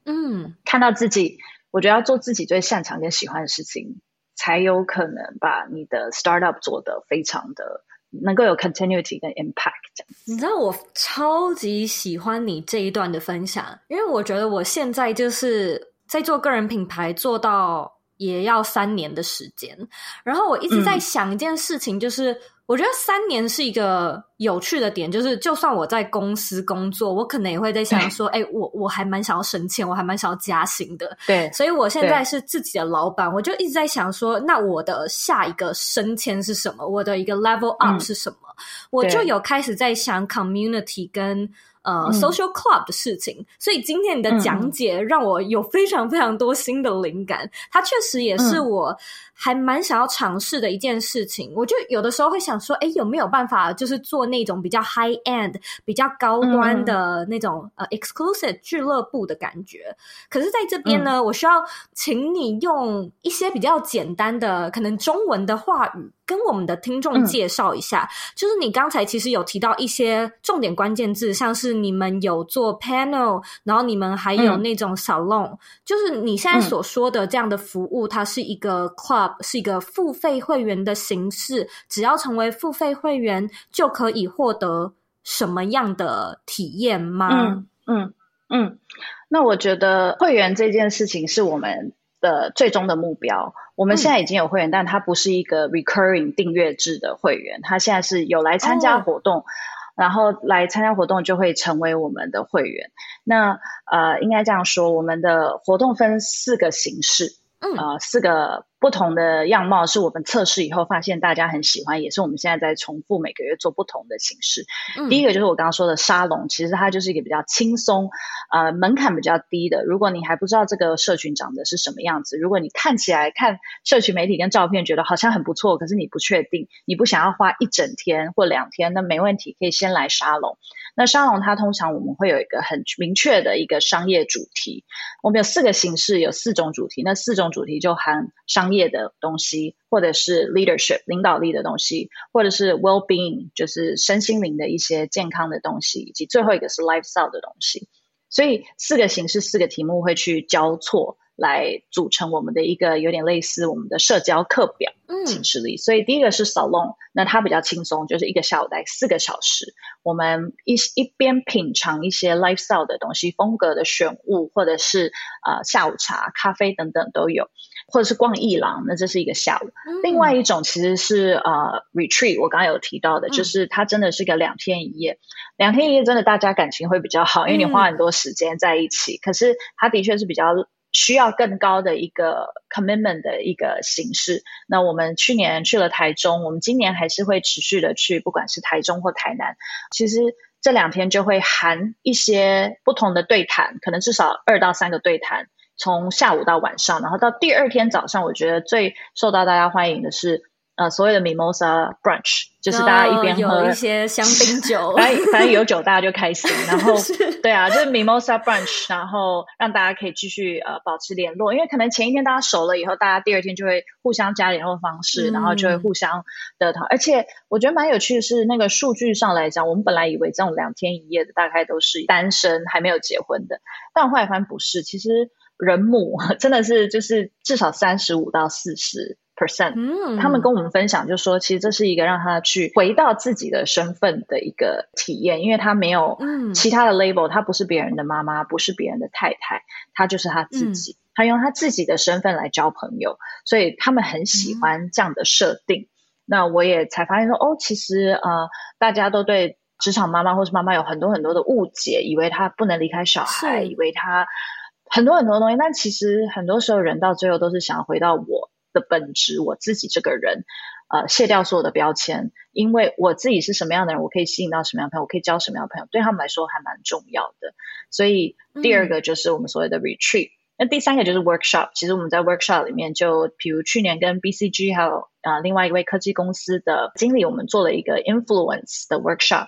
看到自己，我觉得要做自己最擅长跟喜欢的事情，才有可能把你的 startup 做得非常的能够有 continuity 跟 impact 这样子。 你知道我超级喜欢你这一段的分享，因为我觉得我现在就是在做个人品牌做到也要3年的时间，然后我一直在想一件事情，就是我觉得3年是一个有趣的点，就是就算我在公司工作，我可能也会在想说我还蛮想要升迁，我还蛮想要加薪的。 对， 所以我现在是自己的老板，我就一直在想说，那我的下一个升迁是什么，我的一个 level up 是什么，我就有开始在想 community 跟social club 的事情。所以今天你的讲解让我有非常非常多新的灵感，它确实也是我还蛮想要尝试的一件事情。我就有的时候会想说有没有办法就是做那种比较 high end 比较高端的那种exclusive 俱乐部的感觉。可是在这边呢，我需要请你用一些比较简单的可能中文的话语跟我们的听众介绍一下，就是你刚才其实有提到一些重点关键字，像是你们有做 panel， 然后你们还有那种 salon，就是你现在所说的这样的服务，它是一个 club， 是一个付费会员的形式，只要成为付费会员就可以获得什么样的体验吗？ 那我觉得会员这件事情是我们的最终的目标。我们现在已经有会员，但它不是一个 recurring 订阅制的会员，它现在是有来参加活动，然后来参加活动就会成为我们的会员。那应该这样说，我们的活动分4个形式，4个不同的样貌，是我们测试以后发现大家很喜欢，也是我们现在在重复每个月做不同的形式。第一个就是我刚刚说的沙龙，其实它就是一个比较轻松门槛比较低的。如果你还不知道这个社群长得是什么样子，如果你看起来看社群媒体跟照片觉得好像很不错，可是你不确定，你不想要花1整天或2天，那没问题，可以先来沙龙。那沙龙它通常我们会有一个很明确的一个商业主题，我们有4个形式，有4种主题，那4种主题就含商业的东西，或者是 leadership 领导力的东西，或者是 well-being 就是身心灵的一些健康的东西，以及最后一个是 lifestyle 的东西。所以4个形式4个题目会去交错来组成我们的一个有点类似我们的社交课表形式里。所以第一个是 salon， 那它比较轻松，就是1个下午大概4个小时，我们一边品尝一些 lifestyle 的东西，风格的选物，或者是下午茶咖啡等等都有，或者是逛艺廊，那这是一个下午。另外一种其实是retreat， 我刚刚有提到的，就是它真的是个2天1夜。2天1夜真的大家感情会比较好，因为你花很多时间在一起，可是它的确是比较需要更高的一个 commitment 的一个形式。那我们去年去了台中，我们今年还是会持续的去，不管是台中或台南，其实这2天就会含一些不同的对谈，可能至少2到3个对谈，从下午到晚上，然后到第2天早上，我觉得最受到大家欢迎的是所谓的 mimosa brunch， 就是大家一边喝有一些香槟酒反正有酒大家就开心，然后对啊，就是 mimosa brunch， 然后让大家可以继续保持联络，因为可能前一天大家熟了以后，大家第2天就会互相加联络方式，然后就会互相的讨。而且我觉得蛮有趣的是，那个数据上来讲，我们本来以为这种2天1夜的大概都是单身还没有结婚的，但我后来发现不是，其实人母真的是就是至少35到40%，他们跟我们分享就说其实这是一个让他去回到自己的身份的一个体验，因为他没有其他的 label，他不是别人的妈妈，不是别人的太太，他就是他自己，他用他自己的身份来交朋友，所以他们很喜欢这样的设定。那我也才发现说其实大家都对职场妈妈或是妈妈有很多很多的误解，以为她不能离开小孩，以为她很多很多东西，但其实很多时候人到最后都是想回到我的本质，我自己这个人卸掉所有的标签，因为我自己是什么样的人，我可以吸引到什么样的朋友，我可以交什么样的朋友，对他们来说还蛮重要的。所以第2个就是我们所谓的 retreat，那第3个就是 workshop。其实我们在 workshop 里面，就比如去年跟 BCG 还有另外一位科技公司的经理，我们做了一个 influence 的 workshop。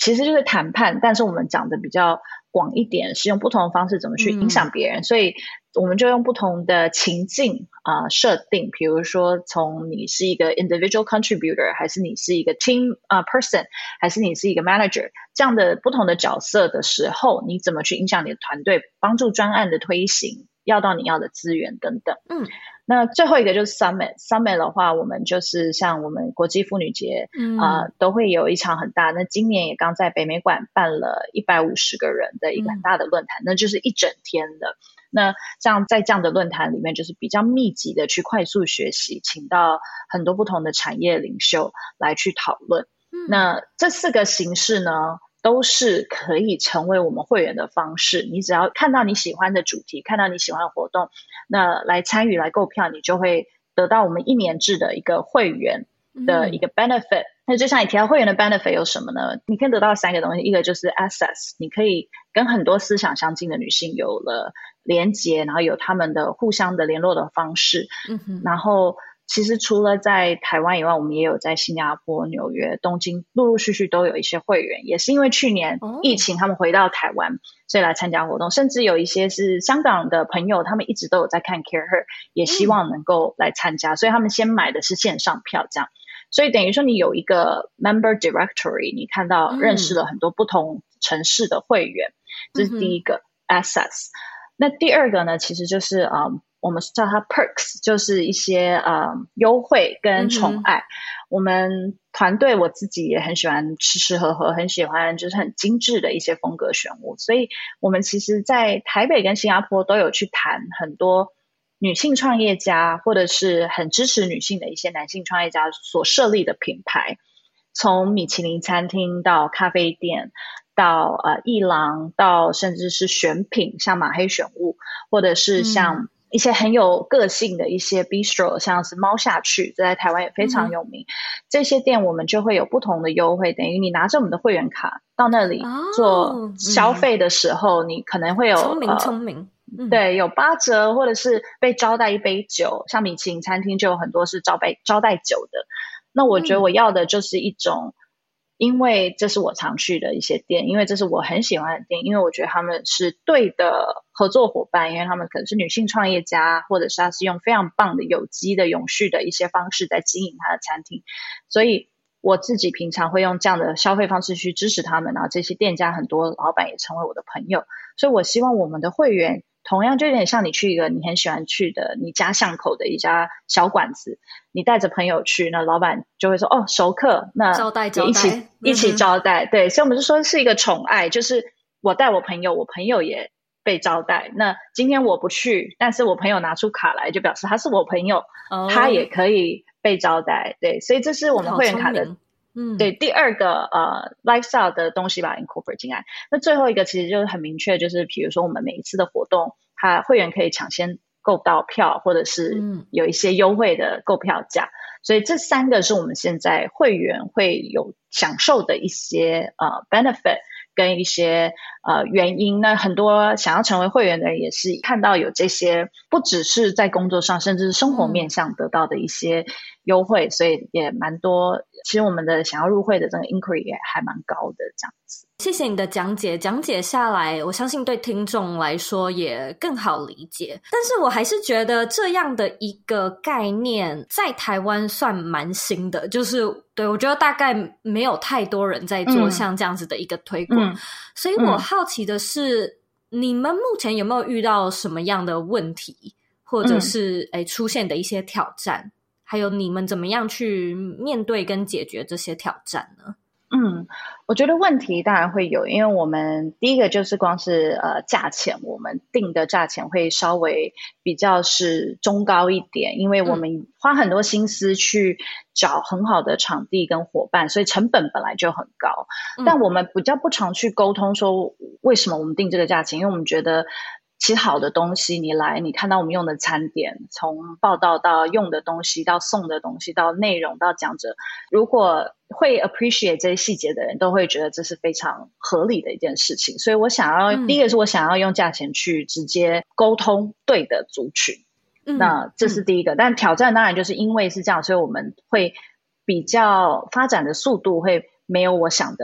其实就是谈判，但是我们讲的比较广一点，是用不同的方式怎么去影响别人，所以我们就用不同的情境设定，比如说从你是一个 individual contributor， 还是你是一个 team person， 还是你是一个 manager， 这样的不同的角色的时候，你怎么去影响你的团队，帮助专案的推行，要到你要的资源等等。那最后一个就是 Summit 的话，我们就是像我们国际妇女节都会有一场很大，那今年也刚在北美馆办了150个人的一个很大的论坛，那就是一整天的。那像在这样的论坛里面，就是比较密集的去快速学习，请到很多不同的产业领袖来去讨论。那这4个形式呢，都是可以成为我们会员的方式。你只要看到你喜欢的主题，看到你喜欢的活动，那来参与来购票，你就会得到我们1年制的一个会员的一个 benefit。那就像你提到会员的 benefit 有什么呢？你可以得到3个东西，一个就是 access， 你可以跟很多思想相近的女性有了连结，然后有他们的互相的联络的方式。然后其实除了在台湾以外，我们也有在新加坡、纽约、东京陆陆续续都有一些会员，也是因为去年疫情他们回到台湾，所以来参加活动。甚至有一些是香港的朋友，他们一直都有在看 Care Her， 也希望能够来参加，所以他们先买的是线上票这样。所以等于说你有一个 member directory， 你看到认识了很多不同城市的会员，这是第一个 access。那第二个呢，其实就是我们叫它 perks， 就是一些优惠跟宠爱。我们团队我自己也很喜欢吃吃喝喝，很喜欢就是很精致的一些风格选物，所以我们其实在台北跟新加坡都有去谈很多女性创业家或者是很支持女性的一些男性创业家所设立的品牌，从米其林餐厅到咖啡店，到艺廊，到甚至是选品，像马黑选物，或者是像一些很有个性的一些 bistro， 像是猫下去，这在台湾也非常有名。这些店我们就会有不同的优惠，等于你拿着我们的会员卡到那里做消费的时候，你可能会有聪明对，有8折，或者是被招待一杯酒，像米其林餐厅就有很多是招待酒的。那我觉得我要的就是一种因为这是我常去的一些店，因为这是我很喜欢的店，因为我觉得他们是对的合作伙伴，因为他们可能是女性创业家，或者是他是用非常棒的有机的永续的一些方式在经营他的餐厅，所以我自己平常会用这样的消费方式去支持他们，然后这些店家很多老板也成为我的朋友，所以我希望我们的会员同样就有点像你去一个你很喜欢去的你家巷口的一家小馆子，你带着朋友去，那老板就会说熟客，那招待一起招待。对，所以我们就说是一个宠爱，就是我带我朋友，我朋友也被招待，那今天我不去，但是我朋友拿出卡来，就表示他是我朋友，他也可以被招待。对，所以这是我们会员卡的对，第二个lifestyle 的东西把 incorporate 进来。那最后一个其实就是很明确，就是比如说我们每一次的活动，他会员可以抢先购到票，或者是有一些优惠的购票价，所以这3个是我们现在会员会有享受的一些benefit跟一些原因。那很多想要成为会员的人也是看到有这些不只是在工作上甚至是生活面向得到的一些优惠，所以也蛮多，其实我们的想要入会的这个 inquiry 也还蛮高的这样子。 谢谢你的讲解下来，我相信对听众来说也更好理解。但是我还是觉得这样的一个概念在台湾算蛮新的，就是对，我觉得大概没有太多人在做像这样子的一个推广，所以我好奇的是你们目前有没有遇到什么样的问题，或者是出现的一些挑战，还有你们怎么样去面对跟解决这些挑战呢？ 我觉得问题当然会有，因为我们第一个就是光是价钱，我们定的价钱会稍微比较是中高一点，因为我们花很多心思去找很好的场地跟伙伴，所以成本本来就很高。但我们比较不常去沟通说为什么我们定这个价钱，因为我们觉得其实好的东西你来，你看到我们用的餐点，从报道到用的东西到送的东西到内容到讲者，如果会 appreciate 这些细节的人都会觉得这是非常合理的一件事情。所以我想要第一个是我想要用价钱去直接沟通对的族群，那这是第一个。但挑战当然就是因为是这样，所以我们会比较发展的速度会没有我想的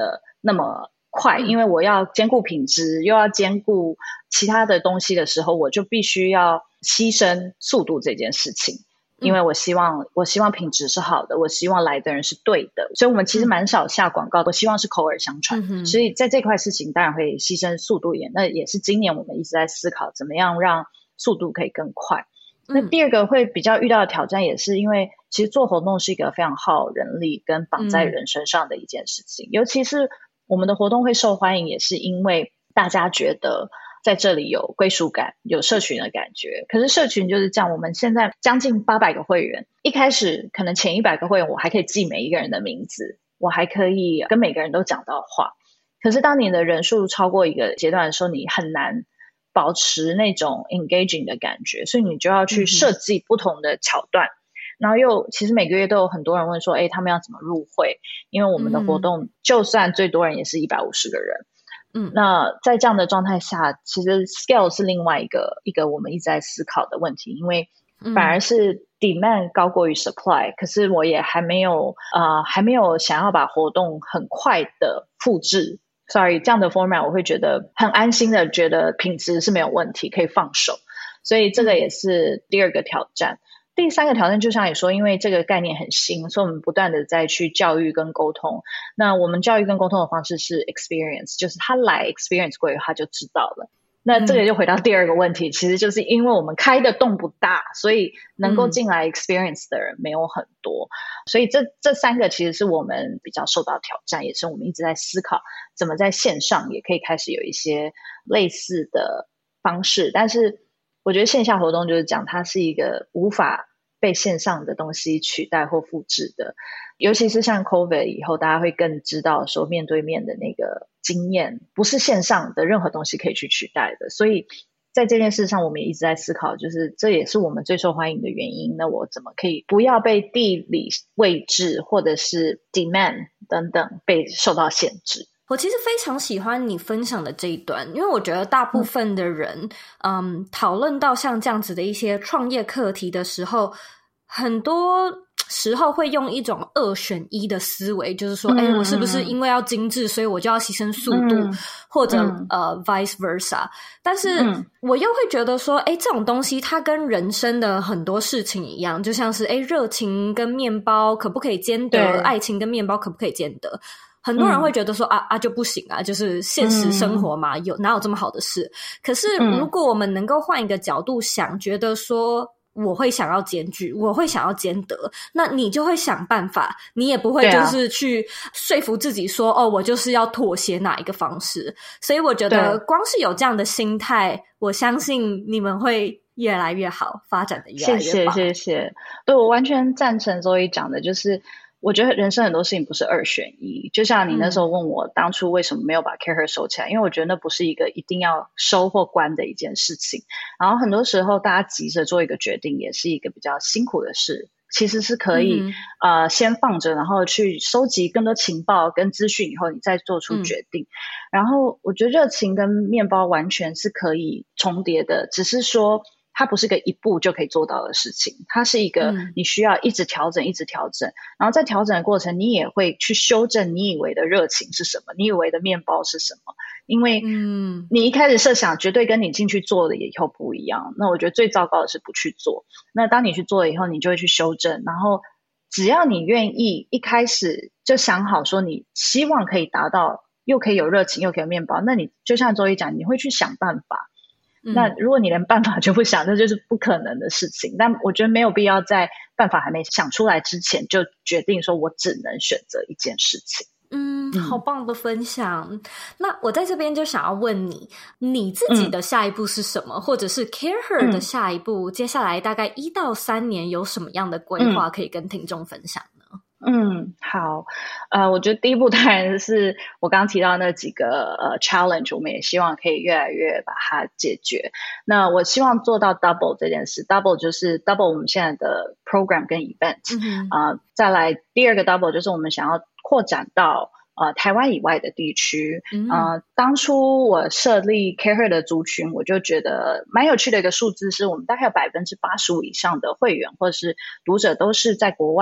那么快，因为我要兼顾品质又要兼顾其他的东西的时候，我就必须要牺牲速度这件事情。因为我希望品质是好的，我希望来的人是对的，所以我们其实蛮少下广告，我希望是口耳相传，所以在这块事情当然会牺牲速度一点，那也是今年我们一直在思考怎么样让速度可以更快。那第二个会比较遇到的挑战，也是因为其实做活动是一个非常耗人力跟绑在人身上的一件事情，尤其是我们的活动会受欢迎，也是因为大家觉得在这里有归属感，有社群的感觉。可是社群就是这样，我们现在将近800个会员，一开始可能前100个会员我还可以记每一个人的名字，我还可以跟每个人都讲到话，可是当你的人数超过一个阶段的时候，你很难保持那种 engaging 的感觉，所以你就要去设计不同的桥段，然后又其实每个月都有很多人问说他们要怎么入会，因为我们的活动就算最多人也是150个人。那在这样的状态下，其实 scale 是另外一个我们一直在思考的问题，因为反而是 demand 高过于 supply，可是我也还没有想要把活动很快的复制。Sorry， 这样的 format 我会觉得很安心的觉得品质是没有问题，可以放手，所以这个也是第二个挑战。第三个挑战就像你说，因为这个概念很新，所以我们不断的在去教育跟沟通。那我们教育跟沟通的方式是 experience， 就是他来 experience 过以后他就知道了。那这个就回到第二个问题，其实就是因为我们开的洞不大，所以能够进来 experience 的人没有很多，所以这三个其实是我们比较受到挑战，也是我们一直在思考怎么在线上也可以开始有一些类似的方式。但是我觉得线下活动就是讲它是一个无法被线上的东西取代或复制的，尤其是像 COVID 以后，大家会更知道说面对面的那个经验不是线上的任何东西可以去取代的，所以在这件事上我们也一直在思考，就是这也是我们最受欢迎的原因，那我怎么可以不要被地理位置或者是 demand 等等被受到限制。 我其实非常喜欢你分享的这一段，因为我觉得大部分的人讨论到像这样子的一些创业课题的时候，很多时候会用一种2选1的思维，就是说我是不是因为要精致所以我就要牺牲速度，或者vice versa。但是我又会觉得说这种东西它跟人生的很多事情一样，就像是热情跟面包可不可以兼得，爱情跟面包可不可以兼得。很多人会觉得说就不行啊，就是现实生活嘛，哪有这么好的事。可是如果我们能够换一个角度想，觉得说我会想要兼具，我会想要兼得，那你就会想办法，你也不会就是去说服自己说我就是要妥协哪一个方式。所以我觉得光是有这样的心态，我相信你们会越来越好，发展的越来越棒。 谢谢。对，我完全赞成Zoe讲的，就是我觉得人生很多事情不是2选1，就像你那时候问我当初为什么没有把 CAREhER 收起来，因为我觉得那不是一个一定要收或关的一件事情，然后很多时候大家急着做一个决定也是一个比较辛苦的事，其实是可以先放着，然后去收集更多情报跟资讯以后你再做出决定。然后我觉得热情跟面包完全是可以重叠的，只是说它不是个一步就可以做到的事情，它是一个你需要一直调整然后在调整的过程你也会去修正你以为的热情是什么，你以为的面包是什么，因为你一开始设想绝对跟你进去做的以后不一样，那我觉得最糟糕的是不去做，那当你去做了以后你就会去修正，然后只要你愿意一开始就想好说你希望可以达到又可以有热情又可以有面包，那你就像周一讲，你会去想办法。那如果你连办法就不想，那就是不可能的事情。但我觉得没有必要在办法还没想出来之前就决定说我只能选择一件事情。 好棒的分享。那我在这边就想要问你，你自己的下一步是什么，或者是 CAREhER 的下一步，接下来大概1到3年有什么样的规划可以跟听众分享呢？ 好，我觉得第一步当然是我刚刚提到那几个challenge， 我们也希望可以越来越把它解决。那我希望做到 double 这件事， double 就是 double 我们现在的 program 跟 event，再来第二个 double 就是我们想要扩展到台湾以外的地区。当初我设立 CAREhER 的族群，我就觉得蛮有趣的一个数字是我们大概有85%以上的会员或者是读者都是在国外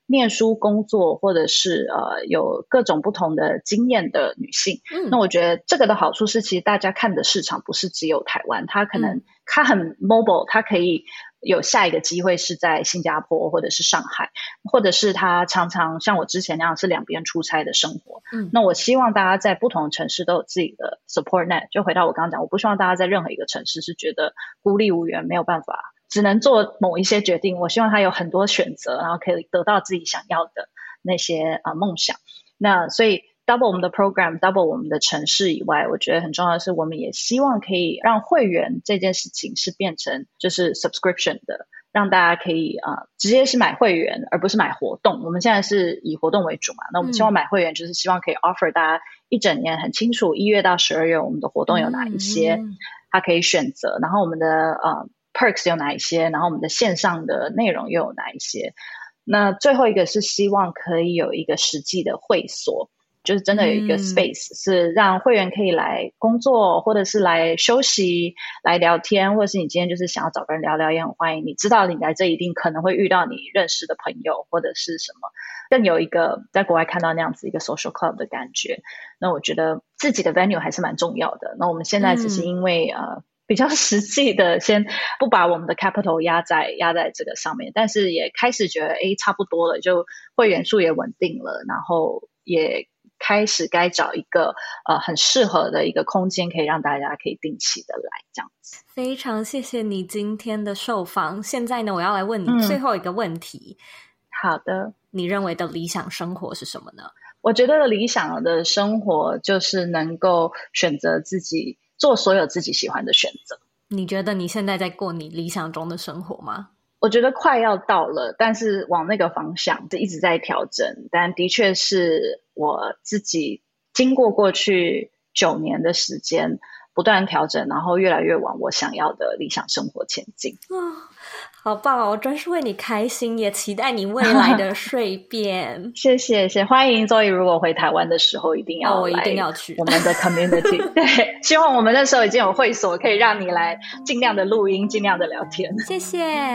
念书工作或者是有各种不同的经验的女性。那我觉得这个的好处是其实大家看的市场不是只有台湾，它可能它很 mobile， 它可以有下一个机会是在新加坡或者是上海，或者是他常常像我之前那样是两边出差的生活。那我希望大家在不同的城市都有自己的 support net， 就回到我刚刚讲，我不希望大家在任何一个城市是觉得孤立无援，没有办法只能做某一些决定。我希望他有很多选择，然后可以得到自己想要的那些梦想。那所以 double 我们的 program， double 我们的城市以外，我觉得很重要的是我们也希望可以让会员这件事情是变成就是 subscription 的，让大家可以直接是买会员而不是买活动。我们现在是以活动为主嘛，那我们希望买会员就是希望可以 offer 大家一整年很清楚1月到12月我们的活动有哪一些，他可以选择，然后我们的perks 有哪一些，然后我们的线上的内容又有哪一些。那最后一个是希望可以有一个实际的会所，就是真的有一个 space 是让会员可以来工作或者是来休息来聊天，或者是你今天就是想要找个人聊聊也很欢迎。你知道你来这一定可能会遇到你认识的朋友或者是什么，更有一个在国外看到那样子一个 social club 的感觉。那我觉得自己的 venue 还是蛮重要的。那我们现在只是因为比较实际的先不把我们的 capital 压在这个上面，但是也开始觉得差不多了，就会员数也稳定了，然后也开始该找一个很适合的一个空间，可以让大家可以定期的来这样子。 非常谢谢你今天的受访。现在呢，我要来问你最后一个问题。 好的， 你认为的理想生活是什么呢？ 我觉得理想的生活就是能够选择自己做所有自己喜欢的选择。 你觉得你现在在过你理想中的生活吗？ 我觉得快要到了，但是往那个方向一直在调整。但的确是我自己经过去9年的时间不断调整，然后越来越往我想要的理想生活前进。 好棒哦！我真是为你开心，也期待你未来的蜕变。 谢谢，欢迎Zoe，如果回台湾的时候一定要来， 我一定要去我们的 community。 对，希望我们那时候已经有会所可以让你来尽量的录音，尽量的聊天。 谢谢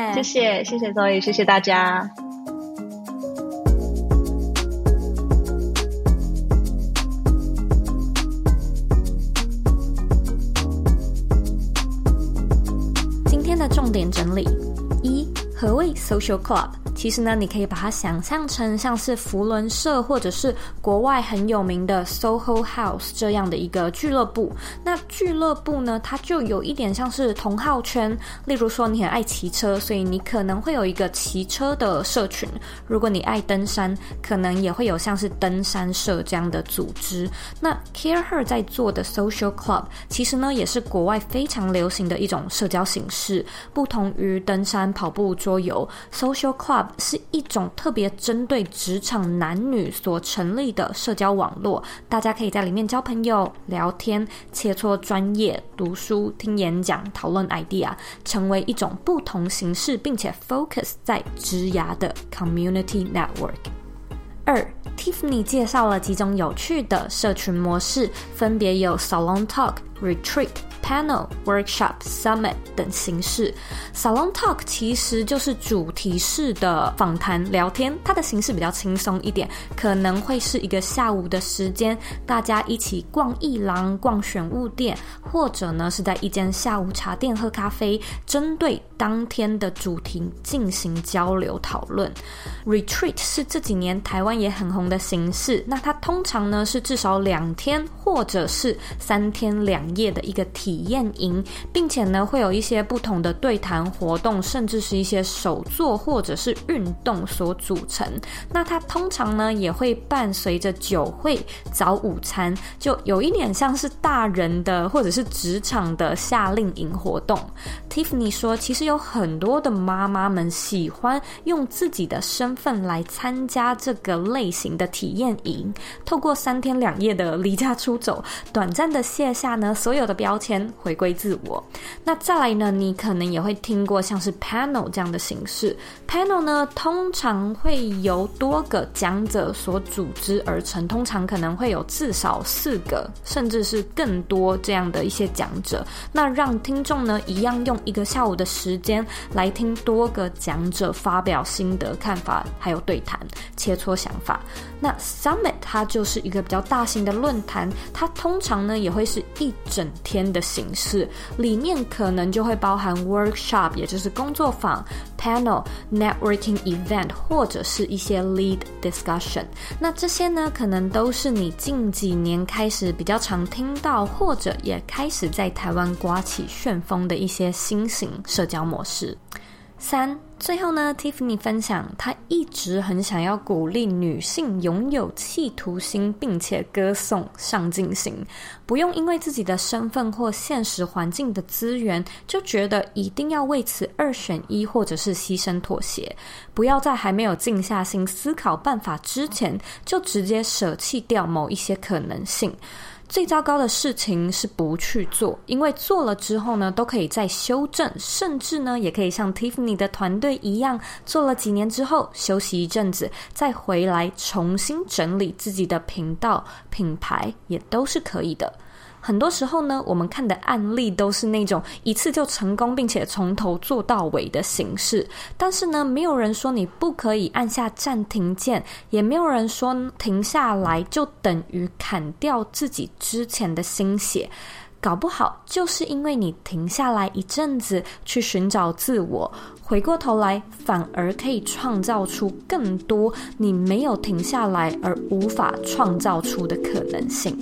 Zoe， 谢谢大家。 今天的重点整理：1. 何谓 social club？ 其实呢，你可以把它想象成像是扶轮社或者是国外很有名的 Soho House 这样的一个俱乐部。那俱乐部呢，它就有一点像是同好圈。例如说你很爱骑车，所以你可能会有一个骑车的社群。如果你爱登山，可能也会有像是登山社这样的组织。那 CareHer 在做的 social club 其实呢，也是国外非常流行的一种社交形式。不同于登山、跑步、桌游， social club是一种特别针对职场男女所成立的社交网络，大家可以在里面交朋友、聊天、切磋专业、读书、听演讲、讨论 idea， 成为一种不同形式并且 focus 在职涯的 community network。2. Tiffany 介绍了几种有趣的社群模式，分别有 Salon Talk、Retreat、Panel、Workshop、Summit 等形式。Salon Talk 其实就是主题式的访谈聊天，它的形式比较轻松一点，可能会是一个下午的时间，大家一起逛艺廊、逛选物店，或者呢是在一间下午茶店喝咖啡，针对当天的主题进行交流讨论。Retreat 是这几年台湾也很红的形式，那它通常呢是至少2天或者是3天2夜的一个体验营，并且呢会有一些不同的对谈活动，甚至是一些手作或者是运动所组成。那它通常呢也会伴随着酒会、早午餐，就有一点像是大人的或者是职场的夏令营活动。 Tiffany 说，其实有很多的妈妈们喜欢用自己的身份来参加这个类型的体验营，透过3天2夜的离家出走，短暂的卸下呢所有的标签， 间，回归自我。那再来呢，你可能也会听过像是 panel 这样的形式。panel 呢，通常会由多个讲者所组织而成，通常可能会有至少4个，甚至是更多这样的一些讲者。那让听众呢，一样用1个下午的时间来听多个讲者发表心得、看法，还有对谈、切磋想法。那 Summit 它就是一个比较大型的论坛，它通常呢也会是1整天的形式，里面可能就会包含 workshop， 也就是工作坊、panel、networking event， 或者是一些 lead discussion。那这些呢，可能都是你近几年开始比较常听到，或者也开始在台湾刮起旋风的一些新型社交模式。3，最后呢 Tiffany 分享她一直很想要鼓励女性拥有企图心，并且歌颂上进心，不用因为自己的身份或现实环境的资源就觉得一定要为此2选1，或者是牺牲妥协，不要在还没有静下心思考办法之前就直接舍弃掉某一些可能性。最糟糕的事情是不去做，因为做了之后呢，都可以再修正，甚至呢，也可以像 Tiffany 的团队一样，做了几年之后休息一阵子，再回来重新整理自己的频道、品牌，也都是可以的。很多时候呢，我们看的案例都是那种一次就成功并且从头做到尾的形式，但是呢，没有人说你不可以按下暂停键，也没有人说停下来就等于砍掉自己之前的心血。搞不好就是因为你停下来一阵子去寻找自我，回过头来反而可以创造出更多你没有停下来而无法创造出的可能性。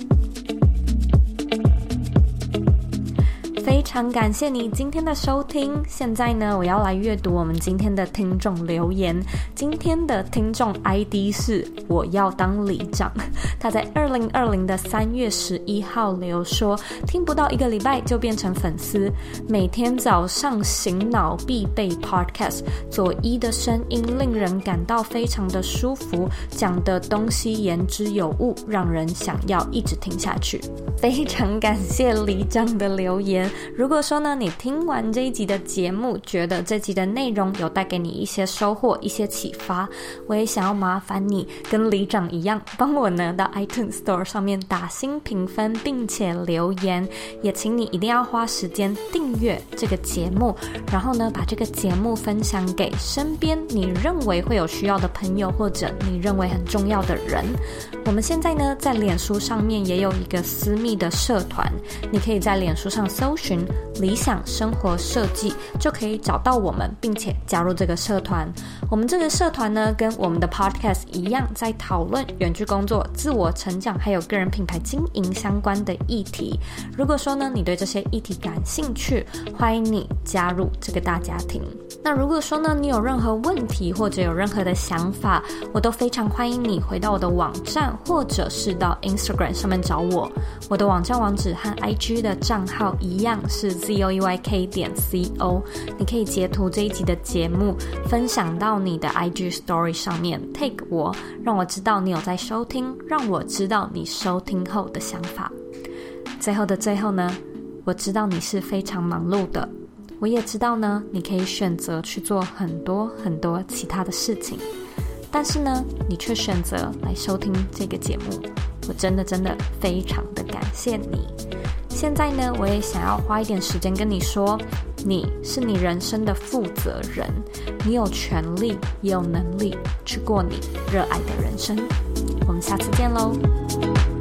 非常感谢你今天的收听，现在呢，我要来阅读我们今天的听众留言。今天的听众 ID 是我要当里长，他在2020的3月11号留说，听不到1个礼拜就变成粉丝，每天早上醒脑必备 podcast， 左一的声音令人感到非常的舒服，讲的东西言之有物，让人想要一直听下去。非常感谢里长的留言。如果说呢，你听完这一集的节目，觉得这集的内容有带给你一些收获、一些启发，我也想要麻烦你跟里长一样，帮我呢到 iTunes Store 上面打星评分，并且留言。也请你一定要花时间订阅这个节目，然后呢，把这个节目分享给身边你认为会有需要的朋友，或者你认为很重要的人。我们现在呢，在脸书上面也有一个私密的社团，你可以在脸书上搜寻理想生活设计，就可以找到我们，并且加入这个社团。我们这个社团呢，跟我们的 podcast 一样，在讨论远距工作、自我成长还有个人品牌经营相关的议题。如果说呢，你对这些议题感兴趣，欢迎你加入这个大家庭。那如果说呢，你有任何问题或者有任何的想法，我都非常欢迎你回到我的网站，或者是到 Instagram 上面找我。我的网站网址和 IG 的账号一样是 zoeyk.co， 你可以截图这一集的节目，分享到你的 IG Story 上面 tag 我，让我知道你有在收听，让我知道你收听后的想法。最后的最后呢，我知道你是非常忙碌的，我也知道呢，你可以选择去做很多很多其他的事情，但是呢，你却选择来收听这个节目，我真的非常的感谢你。现在呢，我也想要花一点时间跟你说，你是你人生的负责人，你有权利也有能力去过你热爱的人生。我们下次见咯。